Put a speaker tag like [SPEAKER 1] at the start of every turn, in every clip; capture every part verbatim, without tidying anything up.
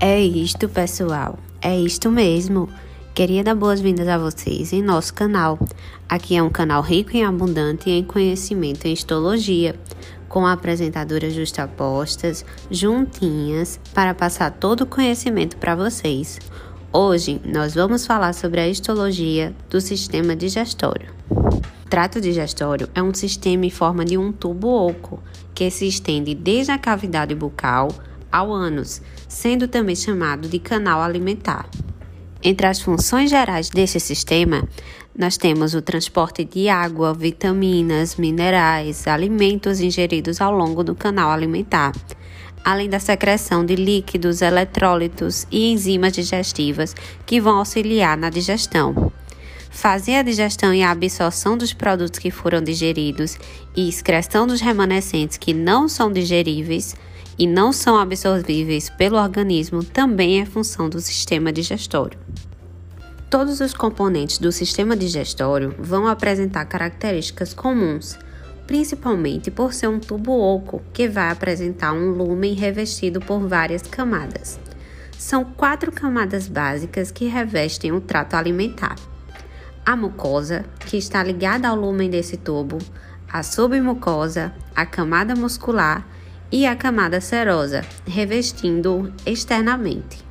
[SPEAKER 1] É isto, pessoal. É isto mesmo. Queria dar boas-vindas a vocês em nosso canal. Aqui é um canal rico e abundante em conhecimento em histologia, com apresentadoras justapostas, juntinhas, para passar todo o conhecimento para vocês. Hoje, nós vamos falar sobre a histologia do sistema digestório. O trato digestório é um sistema em forma de um tubo oco, que se estende desde a cavidade bucal ao ânus, sendo também chamado de canal alimentar. Entre as funções gerais desse sistema, nós temos o transporte de água, vitaminas, minerais, alimentos ingeridos ao longo do canal alimentar, além da secreção de líquidos, eletrólitos e enzimas digestivas que vão auxiliar na digestão. Fazer a digestão e a absorção dos produtos que foram digeridos e excreção dos remanescentes que não são digeríveis e não são absorvíveis pelo organismo também é função do sistema digestório. Todos os componentes do sistema digestório vão apresentar características comuns, principalmente por ser um tubo oco que vai apresentar um lúmen revestido por várias camadas. São quatro camadas básicas que revestem o trato alimentar. A mucosa, que está ligada ao lúmen desse tubo, a submucosa, a camada muscular e a camada serosa, revestindo-o externamente.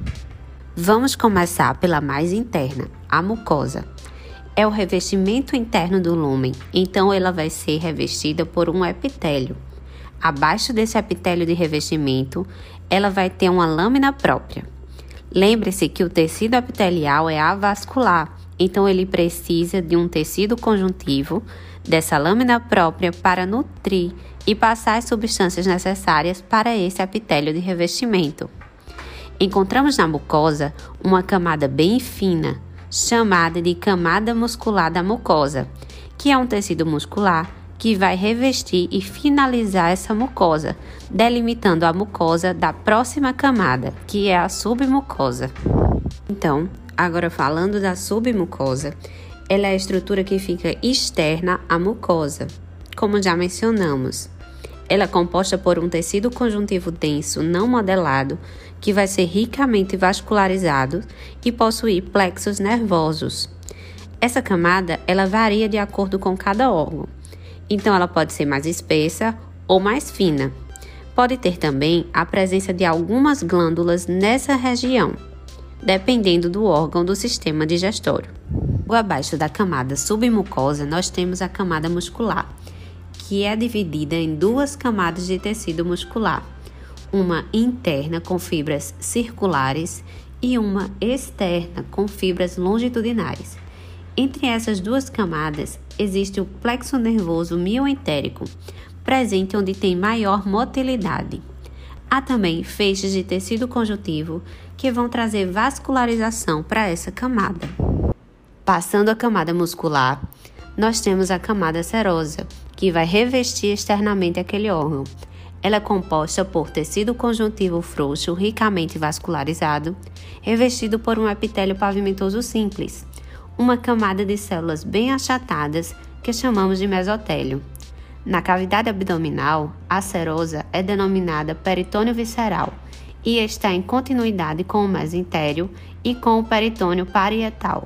[SPEAKER 1] Vamos começar pela mais interna, a mucosa. É o revestimento interno do lúmen, então ela vai ser revestida por um epitélio. Abaixo desse epitélio de revestimento, ela vai ter uma lâmina própria. Lembre-se que o tecido epitelial é avascular, então ele precisa de um tecido conjuntivo, dessa lâmina própria, para nutrir e passar as substâncias necessárias para esse epitélio de revestimento. Encontramos na mucosa uma camada bem fina, chamada de camada muscular da mucosa, que é um tecido muscular que vai revestir e finalizar essa mucosa, delimitando a mucosa da próxima camada, que é a submucosa. Então, agora falando da submucosa, ela é a estrutura que fica externa à mucosa, como já mencionamos. Ela é composta por um tecido conjuntivo denso não modelado, que vai ser ricamente vascularizado e possuir plexos nervosos. Essa camada, ela varia de acordo com cada órgão. Então, ela pode ser mais espessa ou mais fina. Pode ter também a presença de algumas glândulas nessa região, dependendo do órgão do sistema digestório. Abaixo da camada submucosa, nós temos a camada muscular, que é dividida em duas camadas de tecido muscular, uma interna com fibras circulares e uma externa com fibras longitudinais. Entre essas duas camadas, existe o plexo nervoso mioentérico, presente onde tem maior motilidade. Há também feixes de tecido conjuntivo que vão trazer vascularização para essa camada. Passando a camada muscular, nós temos a camada serosa, que vai revestir externamente aquele órgão. Ela é composta por tecido conjuntivo frouxo, ricamente vascularizado, revestido por um epitélio pavimentoso simples, uma camada de células bem achatadas que chamamos de mesotélio. Na cavidade abdominal, a serosa é denominada peritônio visceral e está em continuidade com o mesentério e com o peritônio parietal.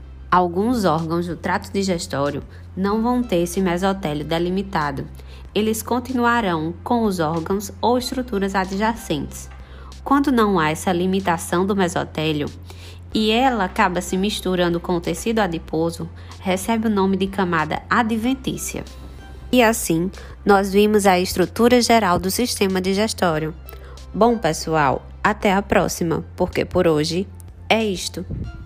[SPEAKER 1] Alguns órgãos do trato digestório não vão ter esse mesotélio delimitado. Eles continuarão com os órgãos ou estruturas adjacentes. Quando não há essa limitação do mesotélio e ela acaba se misturando com o tecido adiposo, recebe o nome de camada adventícia. E assim, nós vimos a estrutura geral do sistema digestório. Bom, pessoal, até a próxima, porque por hoje é isto.